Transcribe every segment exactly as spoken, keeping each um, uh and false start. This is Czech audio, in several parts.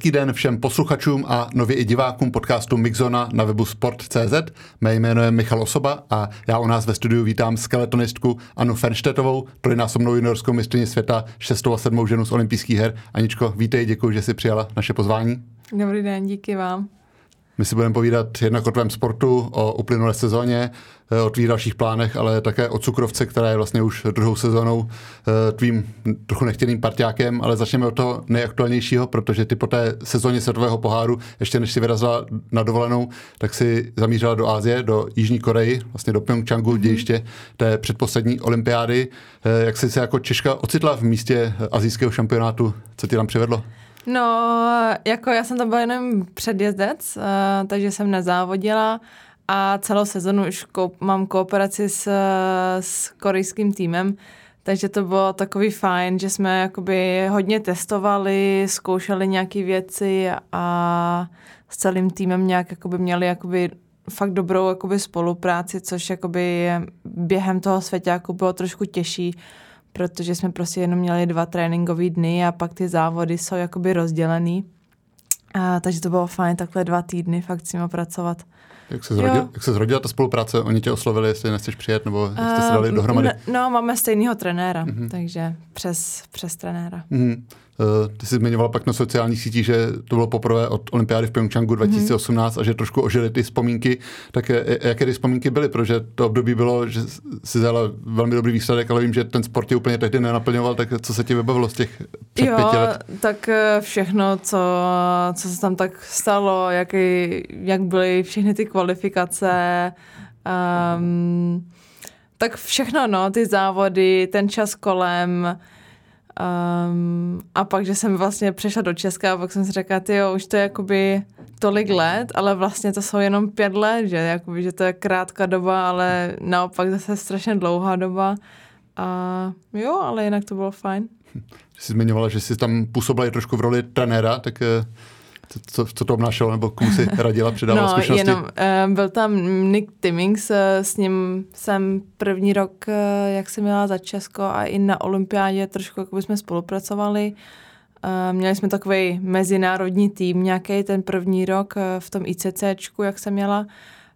Hezký den všem posluchačům a nově i divákům podcastu Mixzona na webu sport tečka cé zet. Mé jméno je Michal Osoba a já u nás ve studiu vítám skeletonistku Anu Fernštetovou, trojnásobnou juniorskou mistryni světa, šestou a sedmou ženu z olympijských her. Aničko, vítej, děkuji, že jsi přijala naše pozvání. Dobrý den, díky vám. My si budeme povídat jednak o tvém sportu, o uplynulé sezóně, o tvých dalších plánech, ale také o cukrovce, která je vlastně už druhou sezónou tvým trochu nechtěným parťákem, ale začneme od toho nejaktuálnějšího, protože ty po té sezóně světového poháru, ještě než si vyrazila na dovolenou, tak si zamířila do Asie, do Jižní Koreji, vlastně do Pyeongchangu, mm-hmm. dějiště té předposlední olympiády. Jak jsi se jako Češka ocitla v místě asijského šampionátu? Co tě tam přivedlo? No, jako já jsem tam byla jenom předjezdec, uh, takže jsem nezávodila a celou sezonu už ko- mám kooperaci s, s korejským týmem, takže to bylo takový fajn, že jsme jakoby hodně testovali, zkoušeli nějaké věci a s celým týmem nějak jakoby měli jakoby fakt dobrou jakoby spolupráci, což jakoby během toho svěťáku bylo trošku těžší, protože jsme prostě jenom měli dva tréninkové dny a pak ty závody jsou jakoby rozdělený. A, takže to bylo fajn, takhle dva týdny fakt s nimi pracovat. Jak se zrodila, jak se zrodila ta spolupráce? Oni tě oslovili, jestli nechceš přijet, nebo jak jste se dali dohromady? Uh, no, máme stejného trenéra, mm-hmm. takže přes, přes trenéra. Mm-hmm. Uh, ty jsi zmiňovala pak na sociálních sítích, že to bylo poprvé od olympiády v Pyeongchangu dva tisíce osmnáct mm-hmm. a že trošku ožily ty vzpomínky. Tak jaké ty vzpomínky byly? Protože to období bylo, že si dala velmi dobrý výsledek, ale vím, že ten sport tě úplně tehdy nenaplňoval, tak co se ti vybavilo z těch před jo, pěti let? Tak všechno, co, co se tam tak stalo, jaký, jak byly všechny ty kvalifikace, um, tak všechno, no, ty závody, ten čas kolem. Um, a pak, že jsem vlastně přešla do Česka a pak jsem si řekla, tyjo, už to je jakoby tolik let, ale vlastně to jsou jenom pět let, že, jakoby, že to je krátká doba, ale naopak zase strašně dlouhá doba. A jo, ale jinak to bylo fajn. Jsi zmiňovala, že jsi tam působila i trošku v roli trenéra, tak co, co to obnášelo, nebo komu si radila, předávala no, zkušenosti? Jenom, uh, byl tam Nick Timmings, uh, s ním jsem první rok, uh, jak jsem jela za Česko a i na olympiádě trošku jako jsme spolupracovali. Uh, měli jsme takový mezinárodní tým nějaký ten první rok uh, v tom ICCčku, jak jsem jela.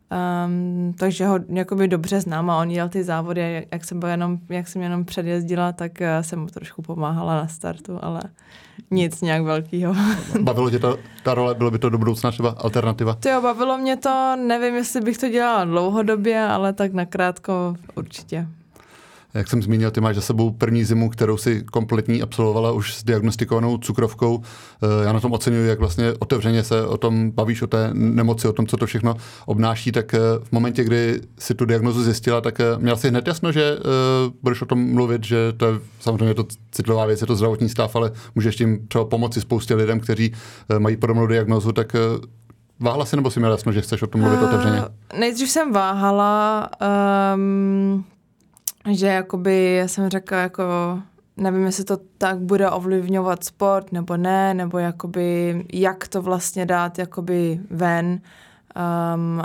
Um, takže ho jakoby dobře znám a on dělal ty závody, jak jsem, jenom, jak jsem jenom předjezdila, tak uh, jsem mu trošku pomáhala na startu, ale nic nějak velkýho. Bavilo tě ta, ta role, bylo by to do budoucna třeba alternativa? Jo, bavilo mě to, nevím, jestli bych to dělala dlouhodobě, ale tak nakrátko určitě. Jak jsem zmínil, ty máš za sebou první zimu, kterou si kompletní absolvovala už s diagnostikovanou cukrovkou. Já na tom oceňuji, jak vlastně otevřeně se o tom bavíš, o té nemoci, o tom, co to všechno obnáší, tak v momentě, kdy si tu diagnozu zjistila, tak měla jsi hned jasno, že uh, budeš o tom mluvit, že to je samozřejmě to citlivá věc, je to zdravotní stav, ale můžeš tím třeba pomoci spoustě lidem, kteří uh, mají podobnou diagnózu, tak uh, váhala jsi nebo si měla jasno, že chceš o tom mluvit uh, otevřeně? Nejdřív jsem váhala, um... že jakoby, já jsem řekla, jako, nevím, jestli to tak bude ovlivňovat sport, nebo ne, nebo jakoby, jak to vlastně dát jakoby ven um,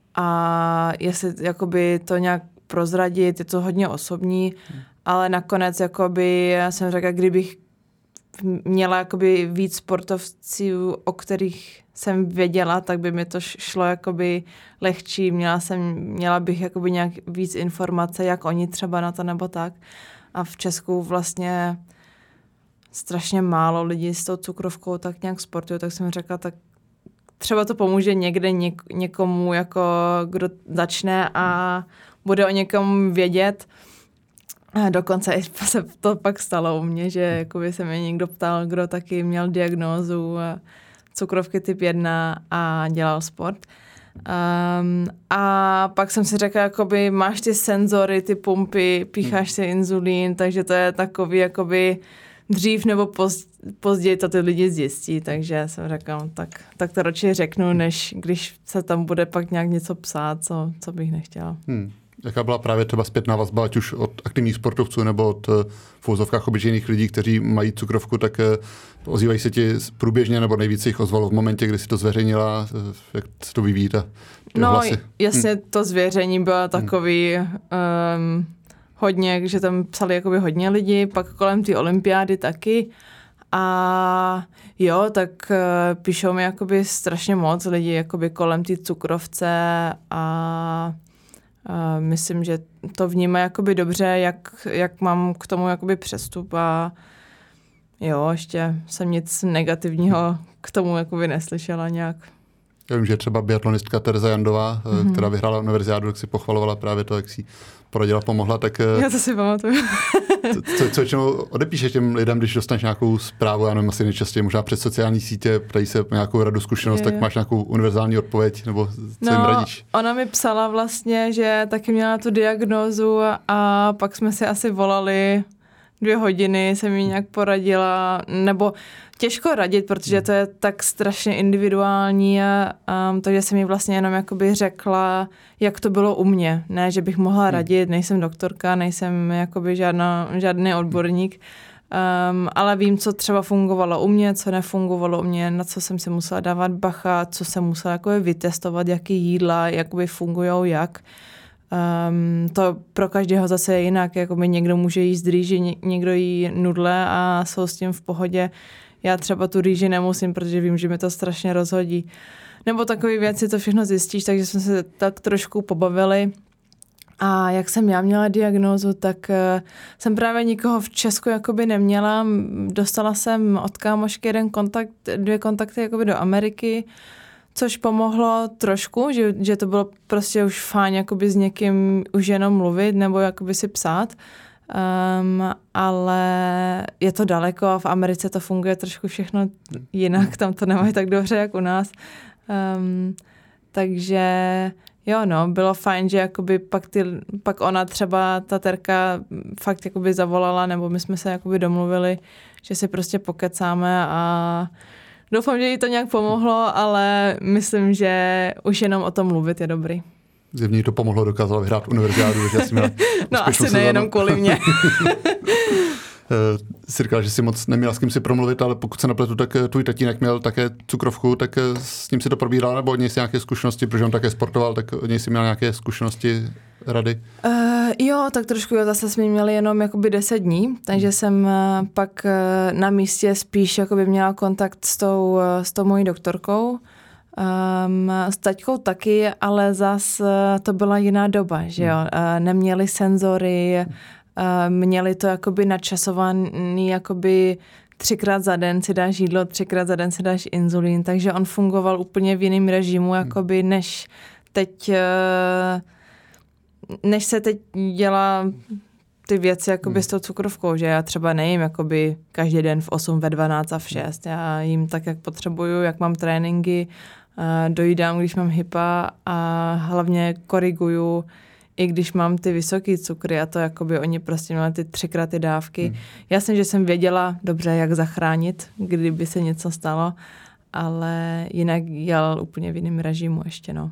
a jestli jakoby to nějak prozradit, je to hodně osobní, hmm. ale nakonec jakoby, já jsem řekla, kdybych měla jakoby víc sportovců, o kterých jsem věděla, tak by mi to šlo jakoby lehčí. Měla jsem, měla bych jakoby nějak víc informace, jak oni třeba na to nebo tak. A v Česku vlastně strašně málo lidí s tou cukrovkou tak nějak sportují, tak jsem řekla, tak třeba to pomůže někde něk, někomu, jako kdo začne a bude o někom vědět. A dokonce se to pak stalo u mě, že jakoby se mě někdo ptal, kdo taky měl diagnózu cukrovky typ jedna a dělal sport. Um, a pak jsem si řekla, jakoby máš ty senzory, ty pumpy, pícháš si inzulín, takže to je takový jakoby dřív nebo poz, později to ty lidi zjistí, takže jsem řekla, no, tak, tak to radši řeknu, než když se tam bude pak nějak něco psát, co, co bych nechtěla. Hmm. Jaká byla právě třeba zpětná vazba, ať už od aktivních sportovců nebo od v uvozovkách obyčejných lidí, kteří mají cukrovku, tak ozývají se ti průběžně nebo nejvíce jich ozvalo v momentě, kdy jsi to zveřejnila, jak se to vyvíjí ta No hlasy? jasně, hmm. to zveřejnění bylo takový um, hodně, že tam psali jakoby hodně lidí, pak kolem té olympiády taky A jo, tak uh, píšou mi jakoby strašně moc lidí jakoby kolem té cukrovce a uh, myslím, že to vnímá jakoby dobře, jak, jak mám k tomu jakoby přestup a jo, ještě jsem nic negativního k tomu jakoby neslyšela nějak. Já vím, že třeba biatlonistka Tereza Jandová, mm-hmm. která vyhrála univerziádu, tak si pochvalovala právě to, jak si poradila, pomohla, tak... Já to si pamatuju. co, co většinou odepíšeš těm lidem, když dostaneš nějakou zprávu, já nevím, asi nejčastěji možná přes sociální sítě, ptají se nějakou radu, zkušenost, je, tak máš nějakou univerzální odpověď, nebo co no, jim radíš? Ona mi psala vlastně, že taky měla tu diagnózu a pak jsme si asi volali dvě hodiny, jsem mi nějak poradila, nebo těžko radit, protože to je tak strašně individuální, a, um, takže jsem mi vlastně jenom jakoby řekla, jak to bylo u mě. Ne, že bych mohla radit, nejsem doktorka, nejsem jakoby žádná, žádný odborník, um, ale vím, co třeba fungovalo u mě, co nefungovalo u mě, na co jsem si musela dávat bacha, co jsem musela jakoby vytestovat, jaký jídla, jakoby fungujou jak. Um, to pro každého zase je jinak, jakoby někdo může jíst rýži, někdo jí nudle a jsou s tím v pohodě. Já třeba tu rýži nemusím, protože vím, že mi to strašně rozhodí. Nebo takové věci, to všechno zjistíš, takže jsme se tak trošku pobavili. A jak jsem já měla diagnózu, tak uh, jsem právě nikoho v Česku jakoby neměla. Dostala jsem od kámošky jeden kontakt, dvě kontakty jakoby do Ameriky, což pomohlo trošku, že, že to bylo prostě už fajn jakoby s někým už jenom mluvit nebo jakoby si psát. Um, ale je to daleko a v Americe to funguje trošku všechno jinak, tam to nemají tak dobře, jak u nás. Um, takže jo, no, bylo fajn, že jakoby pak, ty, pak ona třeba, ta Terka fakt jakoby zavolala, nebo my jsme se jakoby domluvili, že si prostě pokecáme a doufám, že jí to nějak pomohlo, ale myslím, že už jenom o tom mluvit je dobrý. Zjevně to pomohlo, dokázala vyhrát univerziádu, že asi měla no asi nejenom kvůli mě. Jsi říkala, že jsi moc neměla s kým si promluvit, ale pokud se nepletu, tak tvůj tatínek měl také cukrovku, tak s ním si to probírala, nebo od něj si nějaké zkušenosti, protože on také sportoval, tak od něj si měl nějaké zkušenosti, rady? Uh, jo, tak trošku jo, zase jsme měli jenom jakoby deset dní, takže jsem uh, pak uh, na místě spíš jakoby měla kontakt s tou, uh, s tou mojí doktorkou. Um, s taťkou taky, ale zas uh, to byla jiná doba, že jo, uh, neměli senzory, uh, měli to jakoby načasovaný, jakoby třikrát za den si dáš jídlo, třikrát za den si dáš inzulín, takže on fungoval úplně v jiném režimu, jakoby než teď, uh, než se teď dělá ty věci jakoby s tou cukrovkou, že já třeba nejím jakoby každý den v osm, ve dvanáct a v šest, já jím tak, jak potřebuju, jak mám tréninky, dojídám, když mám hypa a hlavně koriguju, i když mám ty vysoký cukry a to jakoby oni prostě měli ty třikrát ty dávky. Hmm. Jasně, že jsem věděla dobře, jak zachránit, kdyby se něco stalo, ale jinak jel úplně v jiném režimu ještě, no.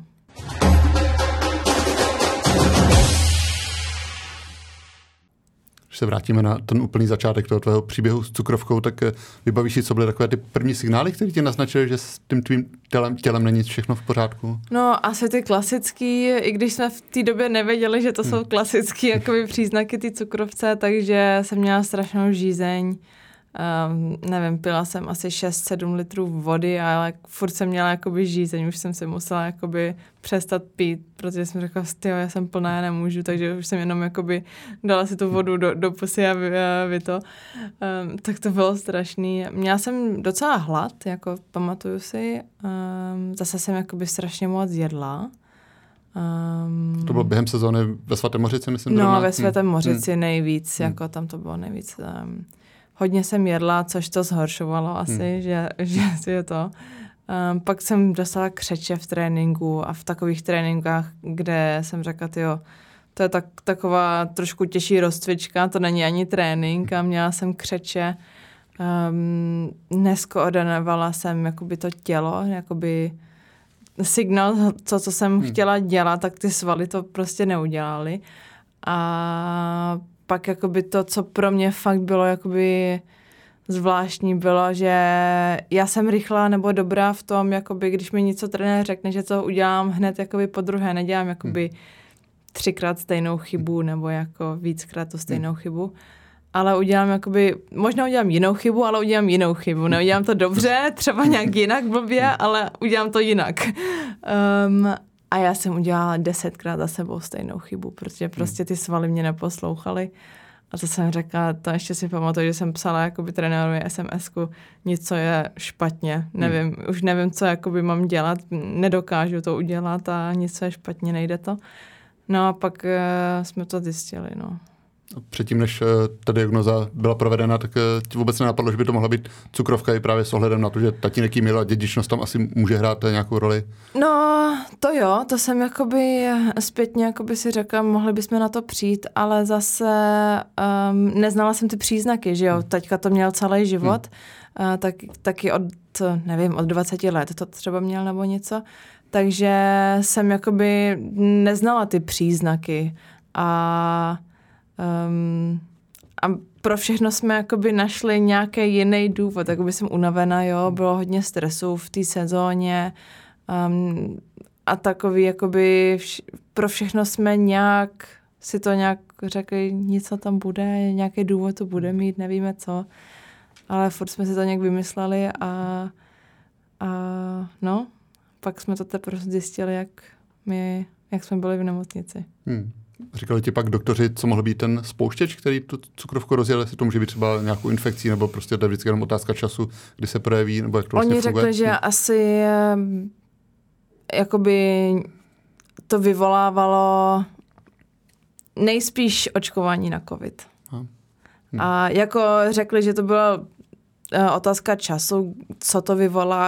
Když se vrátíme na ten úplný začátek toho tvého příběhu s cukrovkou, tak vybavíš si, co byly takové ty první signály, které ti naznačily, že s tím tvým tělem, tělem není všechno v pořádku? No, asi ty klasický, i když jsme v té době nevěděli, že to hmm. jsou klasický jakoby příznaky ty cukrovce, takže jsem měla strašnou žízeň. Um, nevím, pila jsem asi šest sedm litrů vody, ale furt jsem měla jakoby žízeň, už jsem si musela jakoby přestat pít, protože jsem řekla, tyjo, já jsem plná, já nemůžu, takže už jsem jenom jakoby dala si tu vodu do, do pusy a vy, a vy to. Um, tak to bylo strašný. Měla jsem docela hlad, jako pamatuju si, um, zase jsem jakoby strašně moc jedla. Um, to bylo během sezóny ve Svatém Mořici, myslím? No, zrovna? ve Svatém Mořici hmm. nejvíc, hmm. jako tam to bylo nejvíc. Um, Hodně jsem jedla, což to zhoršovalo asi, hmm. že, že je to. Um, pak jsem dostala křeče v tréninku a v takových tréninkách, kde jsem řekla, tyjo, to je tak, taková trošku těžší rozcvička, to není ani trénink a měla jsem křeče. Um, neskoordinovala jsem jakoby to tělo, jakoby signál, co, co jsem hmm. chtěla dělat, tak ty svaly to prostě neudělaly. A pak jakoby to, co pro mě fakt bylo jakoby zvláštní, bylo, že já jsem rychlá nebo dobrá v tom, jakoby, když mi něco trenér řekne, že to udělám hned jakoby po druhé, nedělám jakoby třikrát stejnou chybu nebo jako víckrát tu stejnou chybu. ale udělám jakoby, možná udělám jinou chybu, ale udělám jinou chybu. Neudělám to dobře, třeba nějak jinak blbě, ale udělám to jinak. Um, a já jsem udělala desetkrát za sebou stejnou chybu, protože prostě ty svaly mě neposlouchaly. A to jsem řekla, to ještě si pamatuju, že jsem psala jakoby trenérovi es em esku, něco je špatně, nevím, hmm. už nevím, co jakoby mám dělat, nedokážu to udělat a něco je špatně, nejde to. No a pak uh, jsme to zjistili, no. Předtím, než ta diagnoza byla provedena, tak ti vůbec nenapadlo, že by to mohla být cukrovka i právě s ohledem na to, že tatínek jí měl a dědičnost tam asi může hrát nějakou roli? No, to jo, to jsem jakoby zpětně jakoby si řekla, mohli bychom na to přijít, ale zase um, neznala jsem ty příznaky, že jo, teďka to měl celý život, hmm. uh, tak, taky od, nevím, od dvaceti let to třeba měl nebo něco, takže jsem jakoby neznala ty příznaky a Um, a pro všechno jsme jakoby našli nějaký jiný důvod, jakoby jsem unavená, jo, bylo hodně stresu v té sezóně um, a takový jakoby vš- pro všechno jsme nějak si to nějak řekli, něco tam bude, nějaký důvod to bude mít, nevíme co, ale furt jsme si to nějak vymysleli a, a no, pak jsme to teprve zjistili, jak my, jak jsme byli v nemocnici. Hmm. Říkali ti pak doktoři, co mohl být ten spouštěč, který tu cukrovku rozjel, jestli to může být třeba nějakou infekcí, nebo prostě to je vždycky jenom otázka času, kdy se projeví, nebo jak to vlastně Oni funguje? řekli, že hmm. asi jakoby to vyvolávalo nejspíš očkování na covid. Hmm. A jako řekli, že to byla otázka času, co to vyvolá,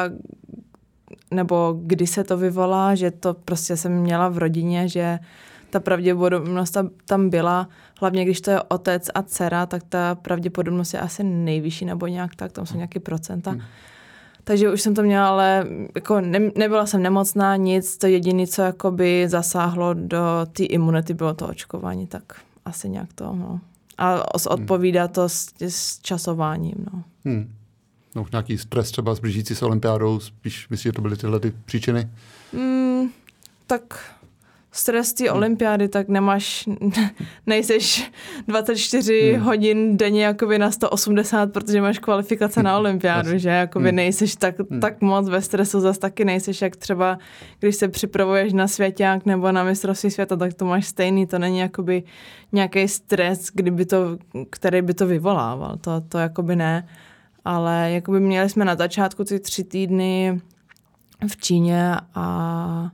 nebo kdy se to vyvolá, že to prostě jsem měla v rodině, že ta pravděpodobnost tam byla, hlavně když to je otec a dcera, tak ta pravděpodobnost je asi nejvyšší nebo nějak tak, tam jsou nějaké procenta. Hmm. Takže už jsem to měla, ale jako ne, nebyla jsem nemocná, nic, to jediné, co jakoby zasáhlo do té imunity, bylo to očkování, tak asi nějak to, no. A odpovídá to s, s časováním, no. Hmm. No, nějaký stres třeba s blížící se olympiádou, spíš myslíš, že to byly tyhle ty příčiny? Hmm, tak... Stres té olympiády, tak nemáš, nejseš dvacet čtyři hmm. hodin denně jakoby na sto osmdesát, protože máš kvalifikace na olympiádu, hmm. že jakoby hmm. nejseš tak, hmm. tak moc ve stresu, zas taky nejseš jak třeba, když se připravuješ na svěťák nebo na mistrovství světa, tak to máš stejný, to není jakoby nějaký stres, kdyby to, který by to vyvolával, to, to jakoby ne, ale jakoby měli jsme na začátku ty tři týdny v Číně a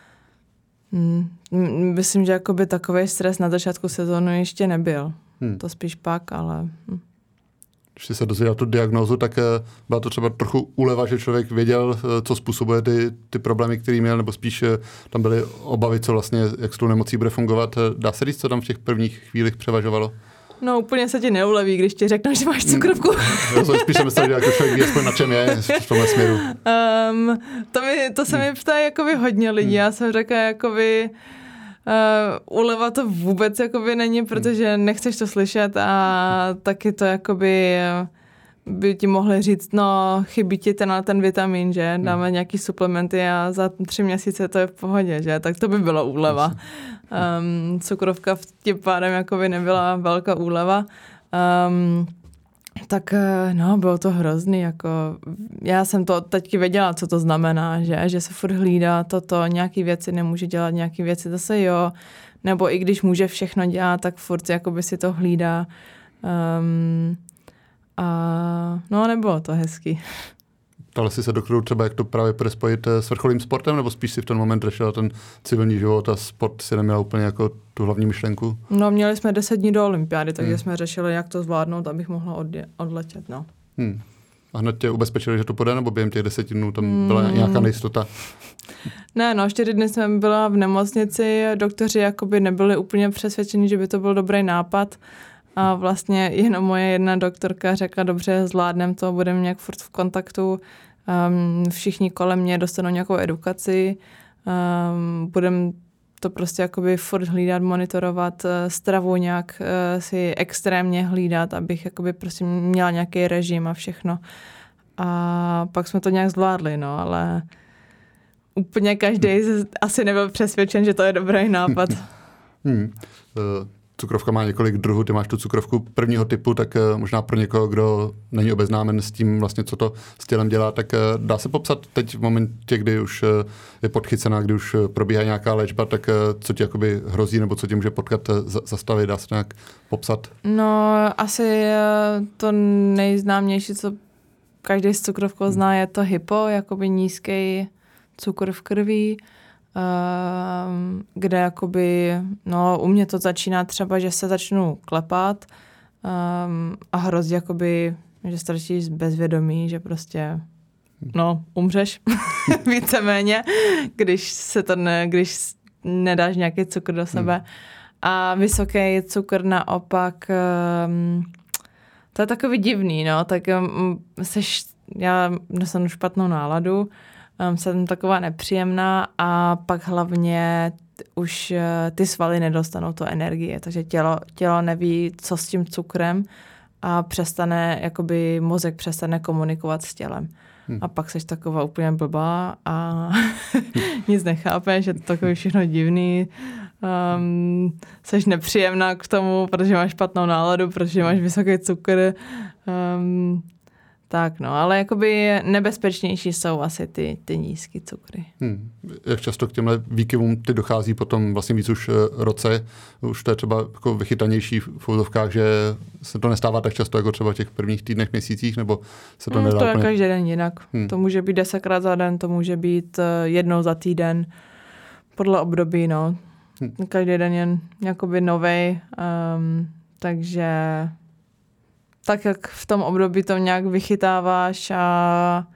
Hmm. Myslím, že jakoby takový stres na začátku sezónu ještě nebyl. Hmm. To spíš pak, ale... Hm. Když jsi se dozvěděl tu diagnózu, tak byla to třeba trochu úleva, že člověk věděl, co způsobuje ty, ty problémy, které měl, nebo spíš tam byly obavy, co vlastně, jak s tou nemocí bude fungovat. Dá se říct, co tam v těch prvních chvílích převažovalo? No úplně se ti neuleví, když ti řekneš, že máš cukrovku. No, spíš jsem myslel, že jako člověk ví aspoň na čem je v tomhle směru. Um, to, mi, to se mi ptá jakoby hodně lidí. Já jsem řekla, jakoby uh, uleva to vůbec jakoby není, protože nechceš to slyšet a taky to jakoby by ti mohli říct, no chybí ti ten ten vitamin, že dáme nějaký suplementy a za tři měsíce to je v pohodě, že, tak to by byla úleva. Um, cukrovka v tím pádem jakoby nebyla velká úleva. Um, tak no, bylo to hrozný, jako já jsem to teďky věděla, co to znamená, že, že se furt hlídá toto, nějaký věci nemůže dělat, nějaký věci zase jo, nebo i když může všechno dělat, tak furt jakoby si to hlídá. Um, A no, nebylo to hezký. Ptala jsi se doktorů třeba, jak to právě bude spojit s vrcholovým sportem, nebo spíš si v ten moment řešila ten civilní život a sport si neměla úplně jako tu hlavní myšlenku? No, měli jsme deset dní do olympiády, takže hmm. jsme řešili, jak to zvládnout, abych mohla odje- odletět, no. Hmm. A hned tě ubezpečili, že to půjde, nebo během těch deseti dnů tam byla hmm. nějaká nejistota? Ne, no, čtyři dny jsem byla v nemocnici, doktoři jakoby nebyli úplně přesvědčeni, že by to byl dobrý nápad. A vlastně jenom moje jedna doktorka řekla, dobře, zvládnem to, budeme nějak furt v kontaktu, um, všichni kolem mě dostanou nějakou edukaci, um, budeme to prostě jakoby furt hlídat, monitorovat, uh, stravu nějak uh, si extrémně hlídat, abych jakoby prostě měla nějaký režim a všechno. A pak jsme to nějak zvládli, no, ale úplně každý asi nebyl přesvědčen, že to je dobrý nápad. hmm. uh. cukrovka má několik druhů, ty máš tu cukrovku prvního typu, tak možná pro někoho, kdo není obeznámen s tím vlastně, co to s tělem dělá, tak dá se popsat teď v momentě, kdy už je podchycená, kdy už probíhá nějaká léčba, tak co ti jakoby hrozí, nebo co ti může potkat zastavit, dá se nějak popsat? No, asi to nejznámější, co každý s cukrovkou zná, je to hypo, jakoby nízký cukr v krvi, Uh, kde jakoby, no u mě to začíná třeba, že se začnu klepat um, a hrozí jakoby, že ztratíš bezvědomí, že prostě, no, umřeš víceméně, když se to ne, když nedáš nějaký cukr do sebe. Hmm. A vysoký cukr naopak, um, to je takový divný, no, tak um, seš, já dostanu špatnou náladu, Um, jsem taková nepříjemná a pak hlavně t- už uh, ty svaly nedostanou tu energii, takže tělo, tělo neví, co s tím cukrem a přestane, jakoby mozek přestane komunikovat s tělem. Hmm. A pak seš taková úplně blbá a nic nechápeš, je to takový všechno divný. Um, seš nepříjemná k tomu, protože máš špatnou náladu, protože máš vysoký cukr. Um, Tak no, ale jakoby nebezpečnější jsou asi ty, ty nízký cukry. Hmm. Jak často k těmhle výkyvům ty dochází potom vlastně víc už roce, už to je třeba jako vychytanější v úzovkách, že se to nestává tak často jako třeba v těch prvních týdnech, měsících, nebo se to hmm, nedá to je úplně... každý den jinak. Hmm. To může být desetkrát za den, to může být jednou za týden, podle období, no. Hmm. Každý den je jakoby novej, um, takže... tak, jak v tom období to nějak vychytáváš a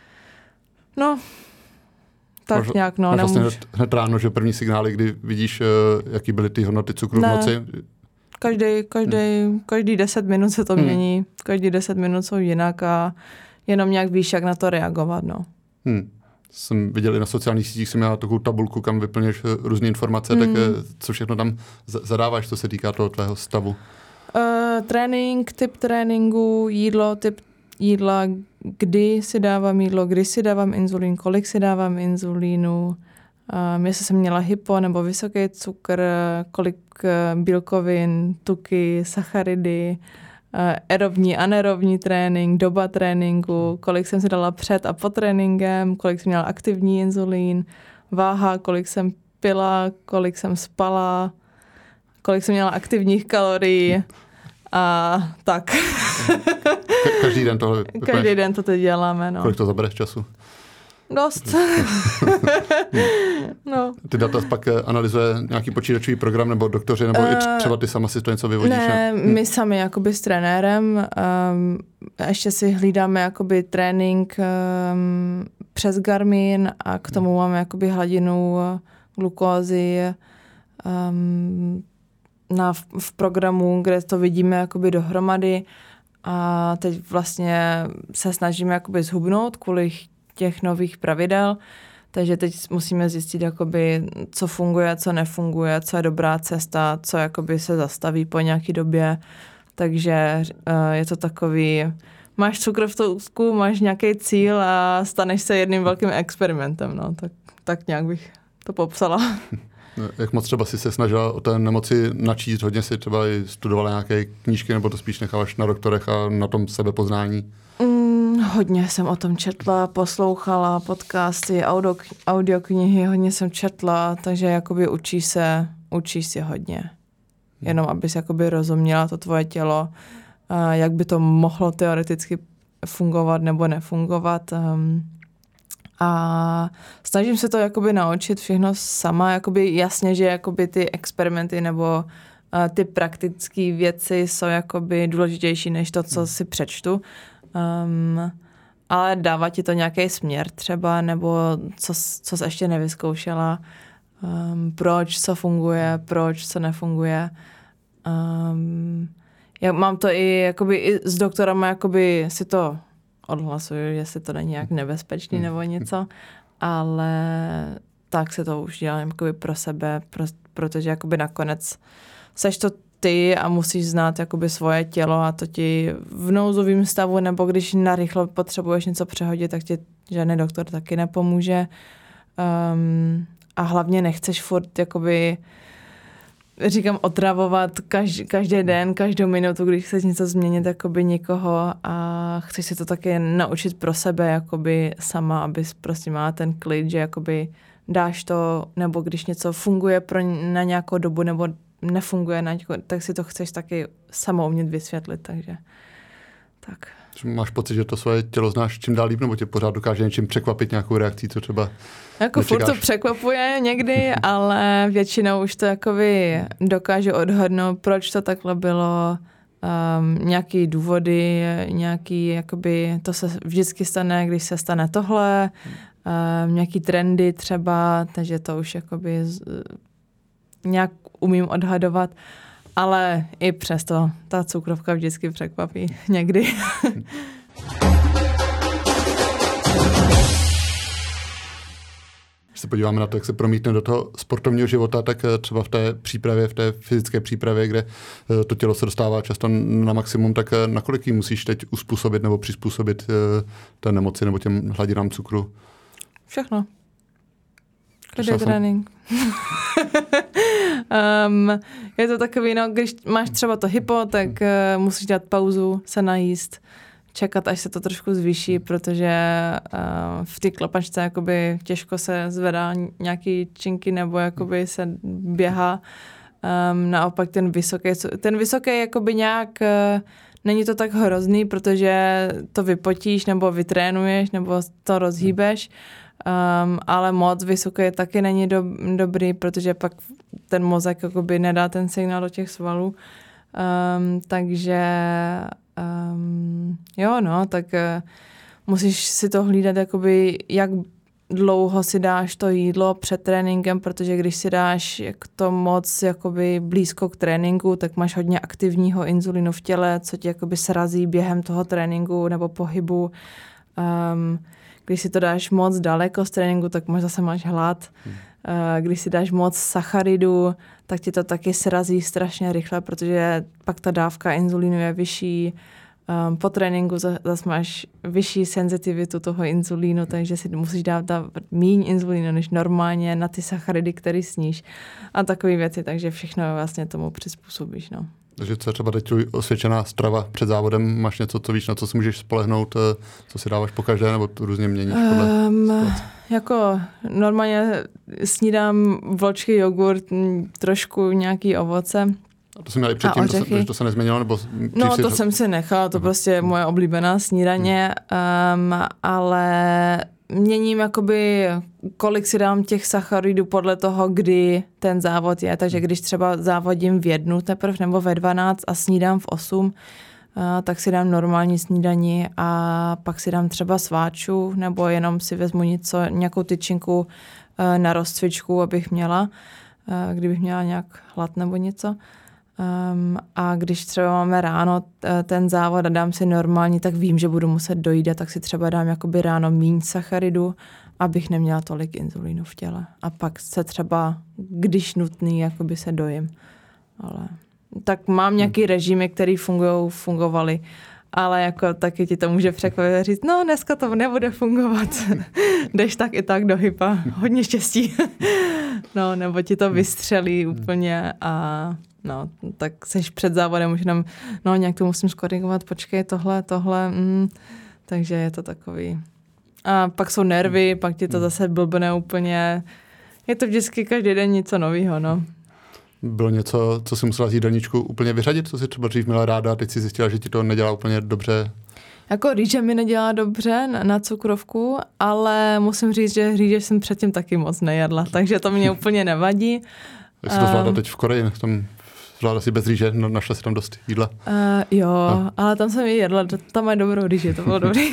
no, tak Možná, nějak, no, vlastně nemůž... hned, hned ráno, že první signály, kdy vidíš, jaký byly ty hodnoty cukru ne. v noci? Každý, každý, hmm. každý deset minut se to hmm. mění, každý deset minut jsou jinak a jenom nějak víš, jak na to reagovat, no. Hmm. Jsem viděl i na sociálních sítích, jsem měla takovou tabulku, kam vyplněš různé informace, hmm. tak co všechno tam zadáváš, co se týká toho tvého stavu? Uh, trénink, typ tréninku, jídlo, typ jídla, kdy si dávám jídlo, kdy si dávám inzulín, kolik si dávám inzulínu, um, jestli jsem měla hypo nebo vysoký cukr, kolik uh, bílkovin, tuky, sacharidy, uh, aerobní, anaerobní trénink, doba tréninku, kolik jsem si dala před a po tréninkem, kolik jsem měla aktivní inzulín, váha, kolik jsem pila, kolik jsem spala, kolik jsem měla aktivních kalorií a tak. Ka- každý den tohle vypneš? Každý den to teď děláme, no. Kolik to zabere času? Dost. No. Ty data pak analyzuje nějaký počítačový program nebo doktoři, nebo uh, i třeba ty sama si to něco vyvodíš? Ne, hm. my sami jakoby s trenérem. Um, ještě si hlídáme jakoby trénink um, přes Garmin a k tomu máme jakoby hladinu glukózy um, na, v programu, kde to vidíme jakoby dohromady a teď vlastně se snažíme jakoby zhubnout kvůli těch nových pravidel, takže teď musíme zjistit, jakoby, co funguje, co nefunguje, co je dobrá cesta, co jakoby se zastaví po nějaký době, takže uh, je to takový, máš cukr v tousku, máš nějaký cíl a staneš se jedným velkým experimentem, no, tak, tak nějak bych to popsala. Jak moc třeba si se snažila o té nemoci načíst, hodně si třeba i studovala nějaké knížky, nebo to spíš necháváš na doktorech a na tom sebepoznání? Mm, hodně jsem o tom četla, poslouchala podcasty, audio, audioknihy, hodně jsem četla, takže jakoby učíš se, učíš si hodně. Jenom abys jakoby rozuměla to tvoje tělo, jak by to mohlo teoreticky fungovat nebo nefungovat. A snažím se to jakoby naučit všechno sama, jakoby jasně, že jakoby ty experimenty nebo uh, ty praktické věci jsou jakoby důležitější než to, co si přečtu. Um, ale dává ti to nějaký směr třeba, nebo co, co jsi ještě nevyzkoušela, um, proč, co funguje, proč, co nefunguje. Um, já mám to i, jakoby, i s doktorama, jakoby si to odhlasuju, jestli to není nějak nebezpečný nebo něco, ale tak se to už dělám jakoby pro sebe, pro, protože jakoby nakonec seš to ty a musíš znát jakoby svoje tělo a to ti v nouzovém stavu nebo když narychlo potřebuješ něco přehodit, tak ti žádný doktor taky nepomůže. Um, a hlavně nechceš furt jakoby říkám, otravovat každý, každý den, každou minutu, když chceš něco změnit jakoby někoho a chceš si to taky naučit pro sebe jakoby sama, abys prostě měla ten klid, že jakoby dáš to, nebo když něco funguje pro, na nějakou dobu, nebo nefunguje na nějakou, tak si to chceš taky sama umět vysvětlit, takže tak. Máš pocit, že to svoje tělo znáš čím dál líp, nebo tě pořád dokáže něčím překvapit nějakou reakcí, co třeba jako nečekáš? Furt to překvapuje někdy, ale většinou už to jakoby dokáže odhadnout, proč to takhle bylo, um, nějaký důvody, nějaký, jakoby, to se vždycky stane, když se stane tohle, um, nějaký trendy třeba, takže to už jakoby z, nějak umím odhadovat. Ale i přesto ta cukrovka vždycky překvapí někdy. Když se podíváme na to, jak se promítne do toho sportovního života, tak třeba v té přípravě, v té fyzické přípravě, kde to tělo se dostává často na maximum, tak nakolik jí musíš teď uspůsobit nebo přizpůsobit té nemoci nebo těm hladinám cukru? Všechno. Každý trénink. um, je to takový, no, když máš třeba to hypo, tak uh, musíš dát pauzu, se najíst, čekat, až se to trošku zvýší, protože uh, v té klepačce jakoby těžko se zvedá nějaký činky nebo jakoby se běhá. Um, naopak ten vysoký, ten vysoký jakoby nějak uh, není to tak hrozný, protože to vypotíš nebo vytrénuješ nebo to rozhýbeš. Um, ale moc vysoké taky není do, dobrý, protože pak ten mozek jakoby nedá ten signál do těch svalů. Um, takže um, jo, no, tak uh, musíš si to hlídat, jakoby, jak dlouho si dáš to jídlo před tréninkem, protože když si dáš jak to moc jakoby blízko k tréninku, tak máš hodně aktivního inzulinu v těle, co ti jakoby srazí během toho tréninku nebo pohybu. Um, Když si to dáš moc daleko z tréninku, tak možná zase máš hlad. Hmm. Když si dáš moc sacharidů, tak ti to taky srazí strašně rychle, protože pak ta dávka inzulínu je vyšší. Po tréninku zase máš vyšší senzitivitu toho inzulínu, takže si musíš dát míň inzulínu než normálně na ty sacharidy, které sníš. A takové věci, takže všechno vlastně tomu přizpůsobíš. No. Takže co je třeba teď osvědčená strava před závodem? Máš něco, co víš, na co si můžeš spolehnout, co si dáváš pokaždé, nebo to různě měníš podle um, Jako normálně snídám vločky, jogurt, trošku nějaký ovoce. A to jsi měla i předtím, to se, to se nezměnilo? Nebo no to si... jsem si nechala, to prostě je moje oblíbená snídaně, um, ale měním jakoby, kolik si dám těch sacharidů podle toho, kdy ten závod je. Takže když třeba závodím v jednu teprve nebo ve dvanáct a snídám v osm, uh, tak si dám normální snídani a pak si dám třeba sváču nebo jenom si vezmu něco, nějakou tyčinku uh, na rozcvičku, abych měla, uh, kdybych měla nějak hlad nebo něco. Um, a když třeba máme ráno t- ten závod a dám si normální, tak vím, že budu muset dojít, tak si třeba dám jakoby ráno míň sacharidu, abych neměla tolik inzulínu v těle. A pak se třeba, když nutný, jakoby se dojím. Ale tak mám nějaký režimy, které fungujou, fungovaly, ale jako taky ti to může překvapit říct, no dneska to nebude fungovat. Jdeš tak i tak do hypa. Hodně štěstí. No, nebo ti to vystřelí úplně a no, tak seš před závodem, už jenom, no nějak to musím skorigovat, počkej, tohle, tohle, mm, takže je to takový. A pak jsou nervy, pak ti to zase blbne úplně. Je to vždycky každý den něco novýho, no. Bylo něco, co jsi musela z jídelníčku úplně vyřadit, co jsi třeba dřív měla ráda a teď si zjistila, že ti to nedělá úplně dobře? Jako rýže mi nedělá dobře na, na cukrovku, ale musím říct, že rýže jsem předtím taky moc nejedla, takže to mě úplně nevadí. Jak jsi to zvládla teď v Koreji? Tam zvládla si bez rýže, no, našla si tam dost jídla? Uh, jo, no. Ale tam jsem ji jedla, tam mají dobrou rýži, to bylo dobrý.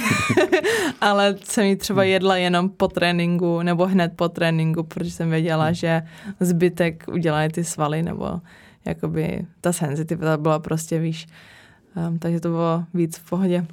Ale jsem ji třeba jedla jenom po tréninku, nebo hned po tréninku, protože jsem věděla, že zbytek udělají ty svaly, nebo jakoby ta senzitivita byla prostě výš. Um, takže to bylo víc v pohodě.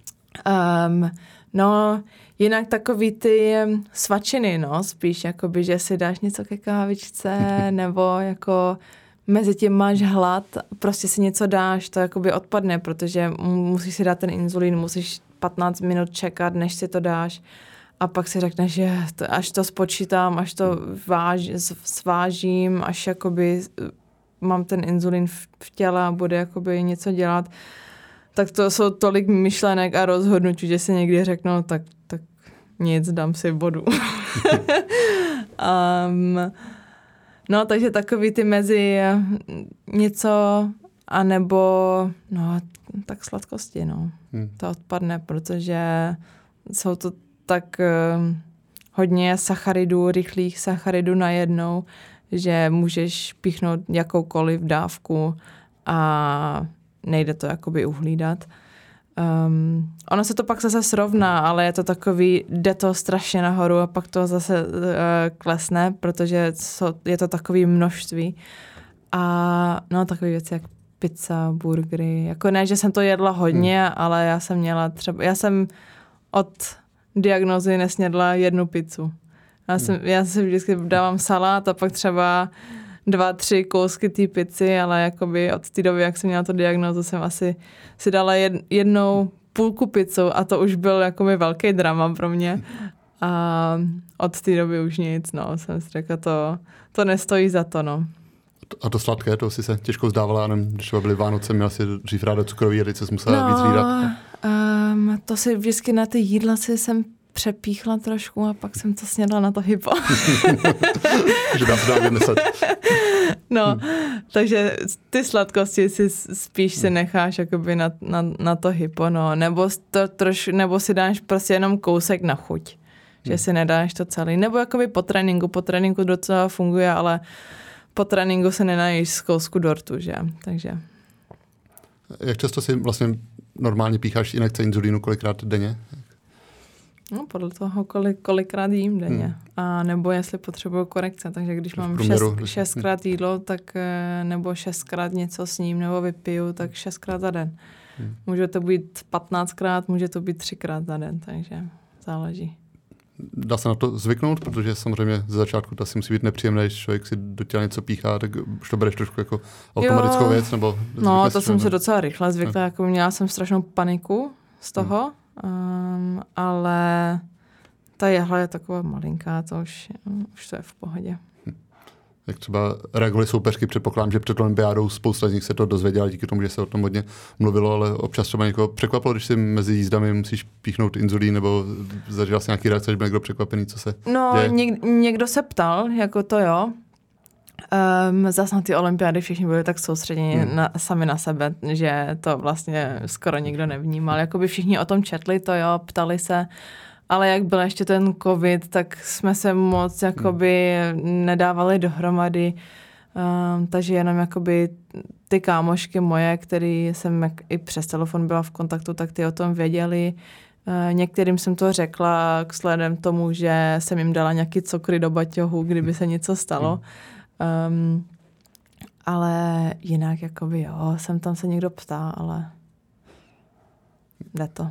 Um, no, jinak takový ty svačiny, no, spíš jakoby, že si dáš něco ke kávičce, nebo jako mezi tím máš hlad, prostě si něco dáš, to jakoby odpadne, protože musíš si dát ten inzulín, musíš patnáct minut čekat, než si to dáš a pak si řekneš, že to, až to spočítám, až to váž, svážím, až jakoby mám ten inzulín v, v těle a bude jakoby něco dělat, tak to jsou tolik myšlenek a rozhodnutí, že si někdy řeknou, tak, tak nic, dám si vodu. um, no, takže takový ty mezi něco, anebo no, tak sladkosti, no. Hmm. To odpadne, protože jsou to tak uh, hodně sacharidů, rychlých sacharidů najednou, že můžeš píchnout jakoukoliv dávku a nejde to jakoby uhlídat. Um, ono se to pak zase srovná, ale je to takový, jde to strašně nahoru a pak to zase uh, klesne, protože so, je to takový množství. A no takové věci jak pizza, burgery. Jako ne, že jsem to jedla hodně, hmm. ale já jsem měla třeba, já jsem od diagnózy nesnědla jednu pizzu. Já, jsem, hmm. já si vždycky dávám salát a pak třeba dva, tři kousky té pizzy, ale jakoby od té doby, jak jsem měla tu diagnózu, jsem asi si dala jed, jednou půlku pizzu a to už byl jakoby velký drama pro mě. A od té doby už nic, no. Jsem si řekla, to, to nestojí za to, no. A to sladké, to si se těžko zdávala, nevím, když třeba byly Vánoce, měla si dřív ráda cukrový a teď se musela no, víc hlídat. Um, to si vždycky na ty jídla si jsem přepíchla trošku a pak jsem to snědla na to hypo. Že dá se dá vymyslet. No, hmm. takže ty sladkosti si spíš si necháš jakoby na, na, na to hypo, no, nebo, to troš, nebo si dáš prostě jenom kousek na chuť, že hmm. si nedáš to celý, nebo jakoby po tréninku, po tréninku docela funguje, ale po tréninku se nenajíš z kousku dortu, že, takže. Jak často si vlastně normálně pícháš injekce inzulínu, kolikrát denně? No, podle toho, kolik, kolikrát jím denně. Hmm. A nebo jestli potřebuju korekce. Takže když mám průměru, šest, šestkrát jídlo, tak nebo šestkrát něco s ním, nebo vypiju, tak šestkrát za den. Hmm. Může to být patnáctkrát, může to být třikrát za den, takže záleží. Dá se na to zvyknout, protože samozřejmě ze začátku to asi musí být nepříjemné, když člověk si do těla něco píchá, tak už to bereš trošku jako automatickou jo. věc, nebo... No, to jsem se docela rychle zvykla, no. Jako měla jsem strašnou paniku z toho, hmm. Um, ale ta jehla je taková malinká, to už, už to je v pohodě. Hm. Jak třeba reagovali soupeřky, předpokládám, že před olympiádou spousta z nich se to dozvěděla díky tomu, že se o tom hodně mluvilo, ale občas třeba někoho překvapilo, když si mezi jízdami musíš píchnout inzulín, nebo zažila si nějaký reakce, že byl někdo překvapený, co se No, děje? něk, někdo se ptal, jako to jo. Um, zase na ty olympiády všichni byli tak soustředěni hmm. na, sami na sebe, že to vlastně skoro nikdo nevnímal. Jakoby všichni o tom četli, to jo, ptali se, ale jak byl ještě ten covid, tak jsme se moc jakoby hmm. nedávali dohromady. Um, takže jenom jakoby ty kámošky moje, který jsem jak, i přes telefon byla v kontaktu, tak ty o tom věděli. Uh, některým jsem to řekla k sledem tomu, že jsem jim dala nějaký cukry do baťohu, kdyby se něco stalo. Hmm. Um, ale jinak jakoby jo, sem tam se někdo ptá, ale jde to.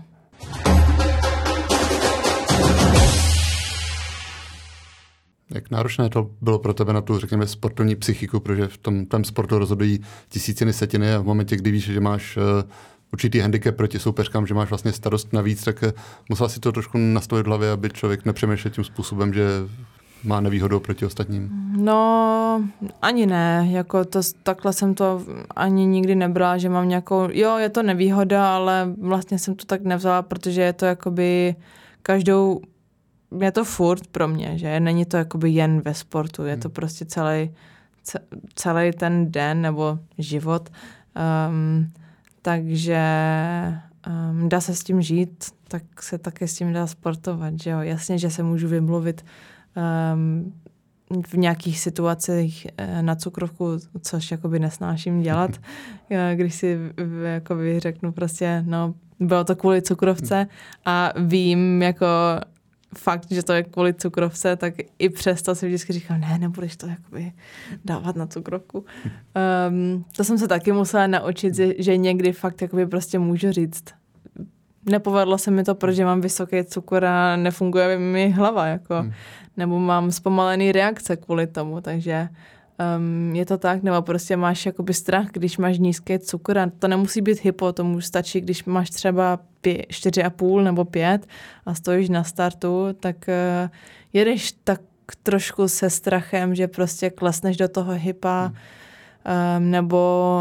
Jak náročné to bylo pro tebe na tu, řekněme, sportovní psychiku, protože v tom, tom sportu rozhodují tisíciny, setiny a v momentě, kdy víš, že máš uh, určitý handicap proti soupeřkám, že máš vlastně starost navíc, tak uh, musela si to trošku nastavit v hlavě, aby člověk nepřemýšlel tím způsobem, že má nevýhodu proti ostatním. No, ani ne. Jako to, takhle jsem to ani nikdy nebrala, že mám nějakou... Jo, je to nevýhoda, ale vlastně jsem to tak nevzala, protože je to jakoby každou... Je to furt pro mě, že není to jakoby jen ve sportu. Je to prostě celý, celý ten den nebo život. Um, takže um, dá se s tím žít, tak se také s tím dá sportovat. Že jo? Jasně, že se můžu vymluvit Um, v nějakých situacích na cukrovku, což jakoby nesnáším dělat, když si jakoby řeknu prostě, no, bylo to kvůli cukrovce a vím jako fakt, že to je kvůli cukrovce, tak i přesto si vždycky říkám, ne, nebudeš to jakoby dávat na cukrovku. Um, to jsem se taky musela naučit, že někdy fakt jakoby prostě můžu říct, nepovedlo se mi to, protože mám vysoký cukor a nefunguje mi hlava, jako, hmm. nebo mám zpomalený reakce kvůli tomu, takže um, je to tak, nebo prostě máš jakoby strach, když máš nízký cukor a to nemusí být hypo, to může stačit, když máš třeba pě- čtyři a půl nebo pět a stojíš na startu, tak uh, jedeš tak trošku se strachem, že prostě klesneš do toho hypa, um, nebo